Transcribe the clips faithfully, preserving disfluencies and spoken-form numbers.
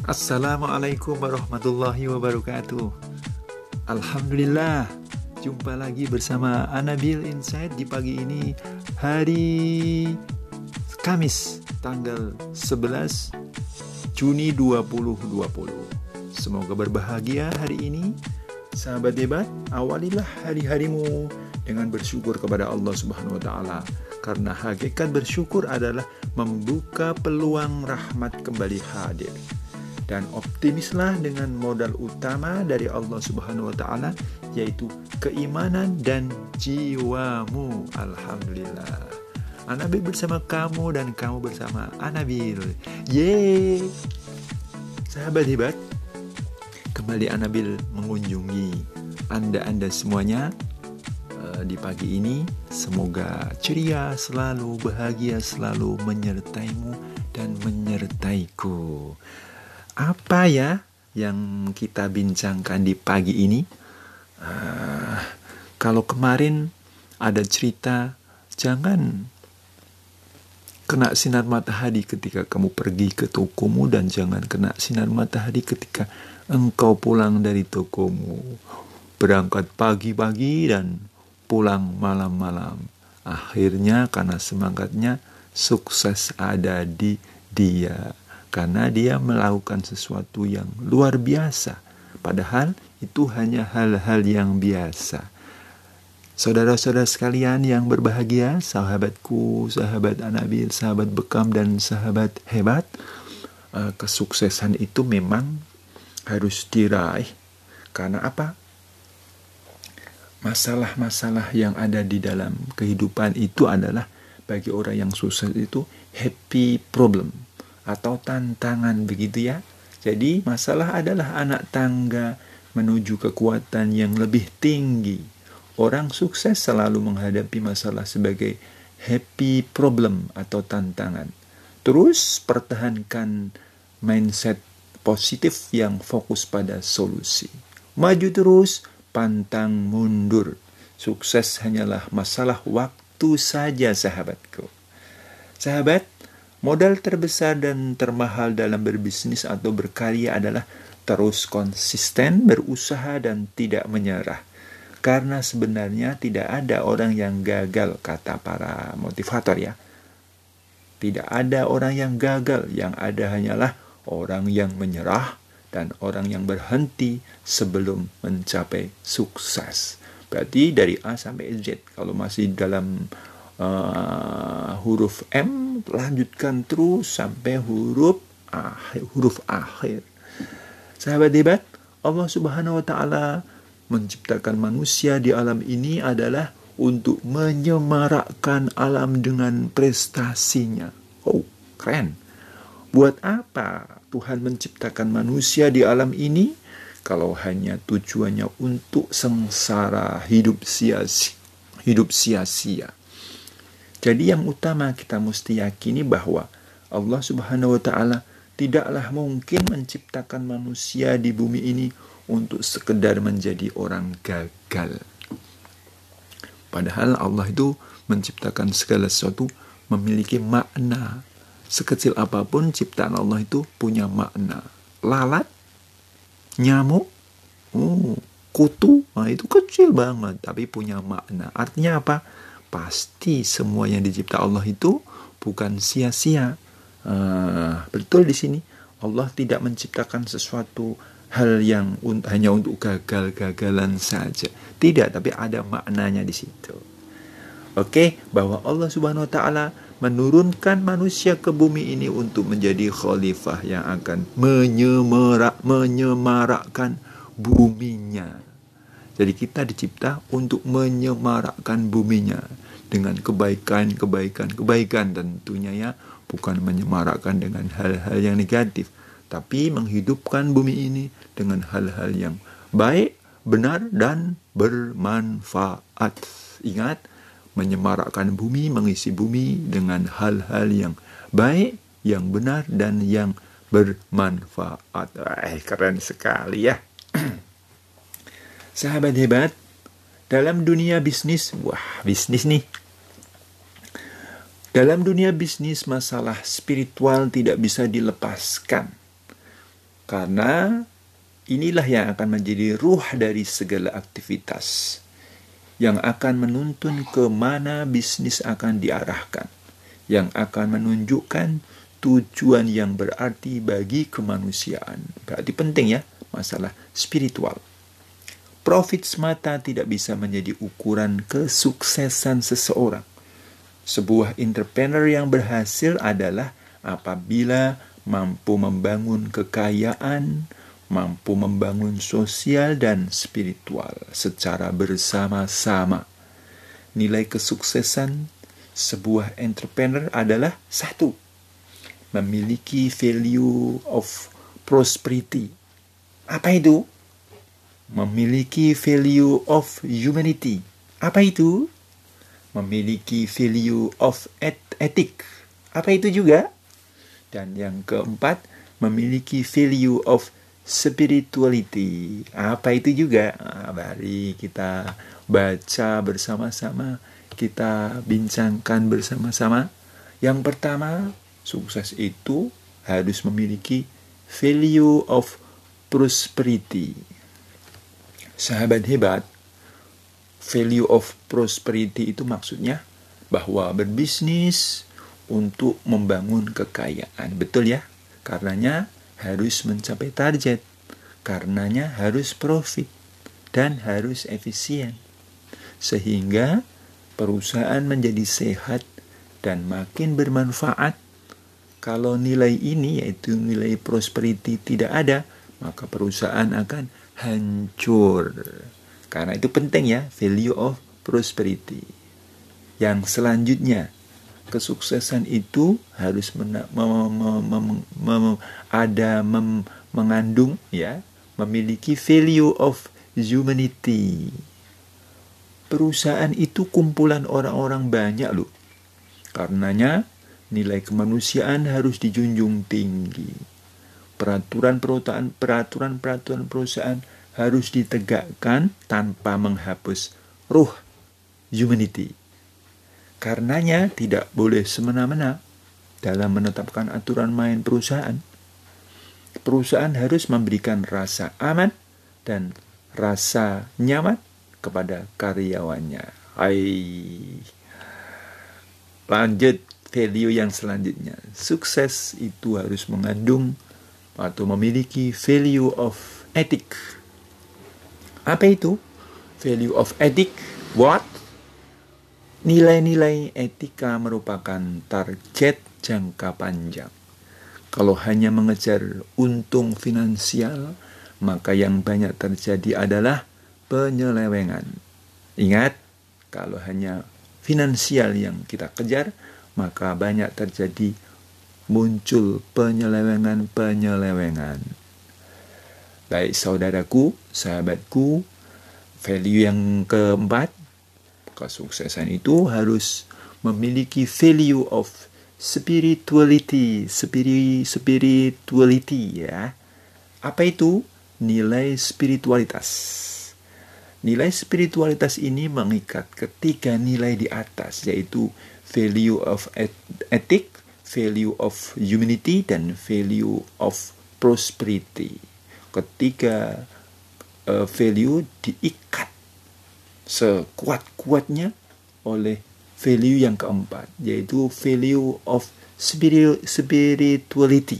Assalamualaikum warahmatullahi wabarakatuh. Alhamdulillah, jumpa lagi bersama Anabil Insight di pagi ini, hari Kamis tanggal sebelas Juni dua ribu dua puluh. Semoga berbahagia hari ini. Sahabat hebat, awalilah hari-harimu dengan bersyukur kepada Allah Subhanahu wa taala, karena hakikat bersyukur adalah membuka peluang rahmat kembali hadir. Dan optimislah dengan modal utama dari Allah Subhanahu wa taala, yaitu keimanan dan jiwamu. Alhamdulillah. Anabil bersama kamu dan kamu bersama Anabil. Yeay. Sahabat hebat, kembali Anabil mengunjungi Anda-Anda semuanya uh, di pagi ini. Semoga ceria selalu, bahagia selalu menyertaimu dan menyertaiku. Apa ya yang kita bincangkan di pagi ini? Uh, kalau kemarin ada cerita, jangan kena sinar matahari ketika kamu pergi ke tokomu, dan jangan kena sinar matahari ketika engkau pulang dari tokomu. Berangkat pagi-pagi dan pulang malam-malam. Akhirnya karena semangatnya, sukses ada di dia. Karena dia melakukan sesuatu yang luar biasa. Padahal itu hanya hal-hal yang biasa. Saudara-saudara sekalian yang berbahagia, sahabatku, sahabat Anabil, sahabat bekam, dan sahabat hebat, kesuksesan itu memang harus diraih. Karena apa? Masalah-masalah yang ada di dalam kehidupan itu adalah bagi orang yang sukses itu happy problem atau tantangan, begitu ya. Jadi masalah adalah anak tangga menuju kekuatan yang lebih tinggi. Orang sukses selalu menghadapi masalah sebagai happy problem atau tantangan. Terus pertahankan mindset positif yang fokus pada solusi. Maju terus, pantang mundur. Sukses hanyalah masalah waktu saja, sahabatku. Sahabat, modal terbesar dan termahal dalam berbisnis atau berkarya adalah terus konsisten, berusaha, dan tidak menyerah. Karena sebenarnya tidak ada orang yang gagal, kata para motivator ya. Tidak ada orang yang gagal, yang ada hanyalah orang yang menyerah dan orang yang berhenti sebelum mencapai sukses. Berarti dari A sampai Z, kalau masih dalam uh, huruf M, lanjutkan terus sampai huruf akhir, huruf akhir. Sahabat hebat, Allah Subhanahu wa taala menciptakan manusia di alam ini adalah untuk menyemarakkan alam dengan prestasinya. Oh, keren. Buat apa Tuhan menciptakan manusia di alam ini kalau hanya tujuannya untuk sengsara, hidup sia-sia, hidup sia-sia. Jadi yang utama kita mesti yakini bahwa Allah Subhanahu wa taala tidaklah mungkin menciptakan manusia di bumi ini untuk sekedar menjadi orang gagal. Padahal Allah itu menciptakan segala sesuatu memiliki makna. Sekecil apapun ciptaan Allah itu punya makna. Lalat, nyamuk, oh, kutu, nah itu kecil banget tapi punya makna. Artinya apa? Pasti semua yang dicipta Allah itu bukan sia-sia. Uh, betul di sini Allah tidak menciptakan sesuatu hal yang un- hanya untuk gagal-gagalan saja. Tidak, tapi ada maknanya di situ. Oke, bahwa Allah Subhanahu wa taala menurunkan manusia ke bumi ini untuk menjadi khalifah yang akan menyemarak menyemarakkan buminya. Jadi kita dicipta untuk menyemarakkan buminya dengan kebaikan, kebaikan, kebaikan tentunya ya, bukan menyemarakkan dengan hal-hal yang negatif, tapi menghidupkan bumi ini dengan hal-hal yang baik, benar, dan bermanfaat. Ingat, menyemarakkan bumi, mengisi bumi dengan hal-hal yang baik, yang benar, dan yang bermanfaat. Eh, keren sekali ya. Sahabat hebat, dalam dunia bisnis, wah bisnis nih. Dalam dunia bisnis, masalah spiritual tidak bisa dilepaskan. Karena inilah yang akan menjadi ruh dari segala aktivitas, yang akan menuntun kemana bisnis akan diarahkan, yang akan menunjukkan tujuan yang berarti bagi kemanusiaan. Berarti penting ya, masalah spiritual. Profit semata tidak bisa menjadi ukuran kesuksesan seseorang. Sebuah entrepreneur yang berhasil adalah apabila mampu membangun kekayaan, mampu membangun sosial dan spiritual secara bersama-sama. Nilai kesuksesan sebuah entrepreneur adalah satu, memiliki value of prosperity. Apa itu? Memiliki value of humanity. Apa itu? Memiliki value of ethic. Apa itu juga? Dan yang keempat, memiliki value of spirituality. Apa itu juga? Nah, mari kita baca bersama-sama, kita bincangkan bersama-sama. Yang pertama, sukses itu harus memiliki value of prosperity. Sahabat hebat, value of prosperity itu maksudnya bahwa berbisnis untuk membangun kekayaan. Betul ya? Karenanya harus mencapai target. Karenanya harus profit. Dan harus efisien. Sehingga perusahaan menjadi sehat dan makin bermanfaat. Kalau nilai ini, yaitu nilai prosperity, tidak ada, maka perusahaan akan hancur. Karena itu penting ya, value of prosperity. Yang selanjutnya, kesuksesan itu harus mena- mem- mem- mem- mem- ada mem- mengandung ya, memiliki value of humanity. Perusahaan itu kumpulan orang-orang banyak loh. Karenanya nilai kemanusiaan harus dijunjung tinggi. Peraturan-peraturan peraturan-peraturan perusahaan harus ditegakkan tanpa menghapus ruh humanity. Karenanya tidak boleh semena-mena dalam menetapkan aturan main perusahaan. Perusahaan harus memberikan rasa aman dan rasa nyaman kepada karyawannya. Hai. Lanjut value yang selanjutnya. Sukses itu harus mengandung atau memiliki value of ethic. Apa itu? Value of ethic? What? Nilai-nilai etika merupakan target jangka panjang. Kalau hanya mengejar untung finansial, maka yang banyak terjadi adalah penyelewengan. Ingat, kalau hanya finansial yang kita kejar, maka banyak terjadi muncul penyelewengan-penyelewengan. Baik saudaraku, sahabatku, value yang keempat, kesuksesan itu harus memiliki value of spirituality, spiri, spirituality ya. Apa itu? Nilai spiritualitas. Nilai spiritualitas ini mengikat ketiga nilai di atas, yaitu value of ethic, value of humanity, dan value of prosperity. Ketiga uh, value diikat sekuat-kuatnya oleh value yang keempat, yaitu value of spirituality.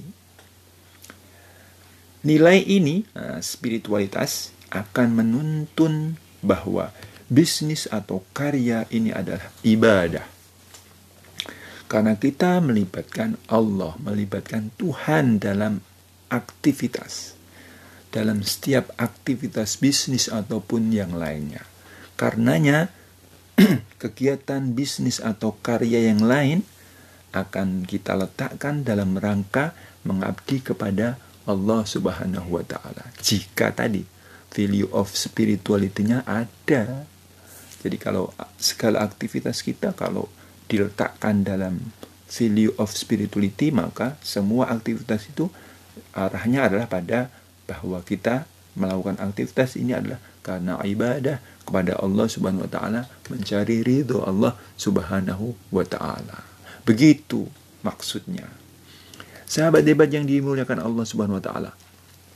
Nilai ini, uh, spiritualitas, akan menuntun bahwa bisnis atau karya ini adalah ibadah. Karena kita melibatkan Allah, melibatkan Tuhan dalam aktivitas. Dalam setiap aktivitas bisnis ataupun yang lainnya. Karenanya, kegiatan bisnis atau karya yang lain akan kita letakkan dalam rangka mengabdi kepada Allah Subhanahu wa Ta'ala. Jika tadi value of spirituality-nya ada. Jadi kalau segala aktivitas kita kalau diletakkan dalam value of spirituality, maka semua aktivitas itu arahnya adalah pada bahwa kita melakukan aktivitas ini adalah karena ibadah kepada Allah Subhanahu wa Ta'ala, mencari ridho Allah Subhanahu wa Ta'ala. Begitu maksudnya. Sahabat debat yang dimuliakan Allah Subhanahu wa Ta'ala,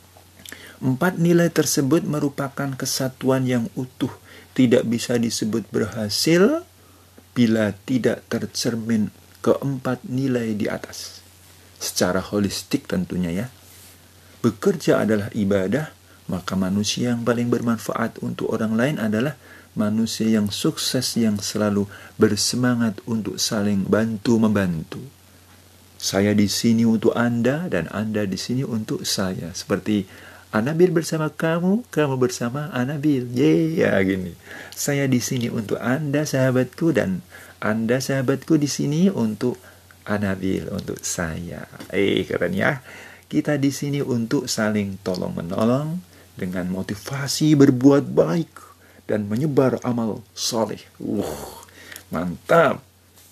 Empat nilai tersebut merupakan kesatuan yang utuh, tidak bisa disebut berhasil bila tidak tercermin keempat nilai di atas. Secara holistik tentunya ya. Bekerja adalah ibadah, maka manusia yang paling bermanfaat untuk orang lain adalah manusia yang sukses, yang selalu bersemangat untuk saling bantu-membantu. Saya di sini untuk Anda dan Anda di sini untuk saya. Seperti Anabil bersama kamu, kamu bersama Anabil. Yeay, ya gini. Saya di sini untuk Anda sahabatku dan Anda sahabatku di sini untuk Anabil, untuk saya. Eh, keren ya. Kita di sini untuk saling tolong-menolong dengan motivasi berbuat baik dan menyebar amal soleh. Uh, mantap.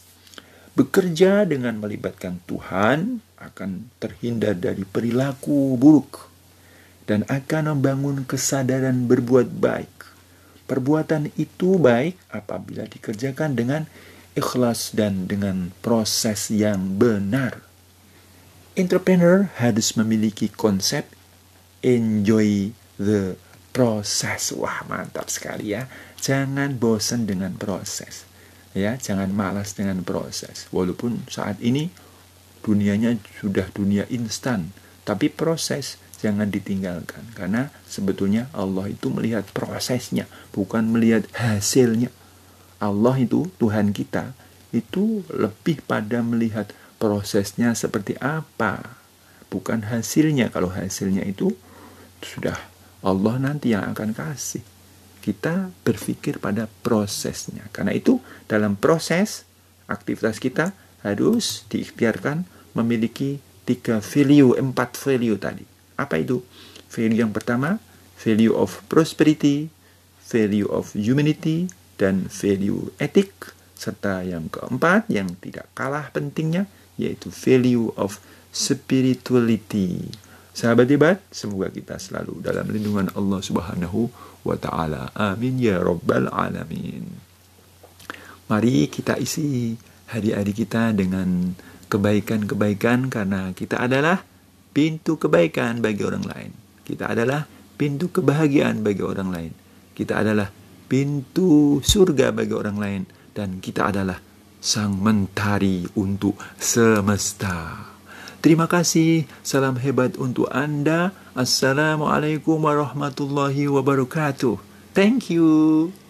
Bekerja dengan melibatkan Tuhan akan terhindar dari perilaku buruk dan akan membangun kesadaran berbuat baik. Perbuatan itu baik apabila dikerjakan dengan ikhlas dan dengan proses yang benar. Entrepreneur harus memiliki konsep enjoy the process. Wah, mantap sekali ya. Jangan bosan dengan proses. Ya, jangan malas dengan proses. Walaupun saat ini dunianya sudah dunia instan, tapi proses jangan ditinggalkan. Karena sebetulnya Allah itu melihat prosesnya, bukan melihat hasilnya. Allah itu, Tuhan kita, itu lebih pada melihat prosesnya seperti apa, bukan hasilnya. Kalau hasilnya itu sudah Allah nanti yang akan kasih. Kita berpikir pada prosesnya. Karena itu dalam proses aktivitas kita harus diikhtiarkan memiliki tiga value, empat value tadi. Apa itu? Value yang pertama, value of prosperity, value of humanity, dan value etik. Serta yang keempat, yang tidak kalah pentingnya, yaitu value of spirituality. Sahabat hebat, semoga kita selalu dalam lindungan Allah Subhanahu wa ta'ala. Amin ya rabbal alamin. Mari kita isi hari-hari kita dengan kebaikan-kebaikan, karena kita adalah pintu kebaikan bagi orang lain. Kita adalah pintu kebahagiaan bagi orang lain. Kita adalah pintu surga bagi orang lain. Dan kita adalah sang mentari untuk semesta. Terima kasih. Salam hebat untuk Anda. Assalamualaikum warahmatullahi wabarakatuh. Thank you.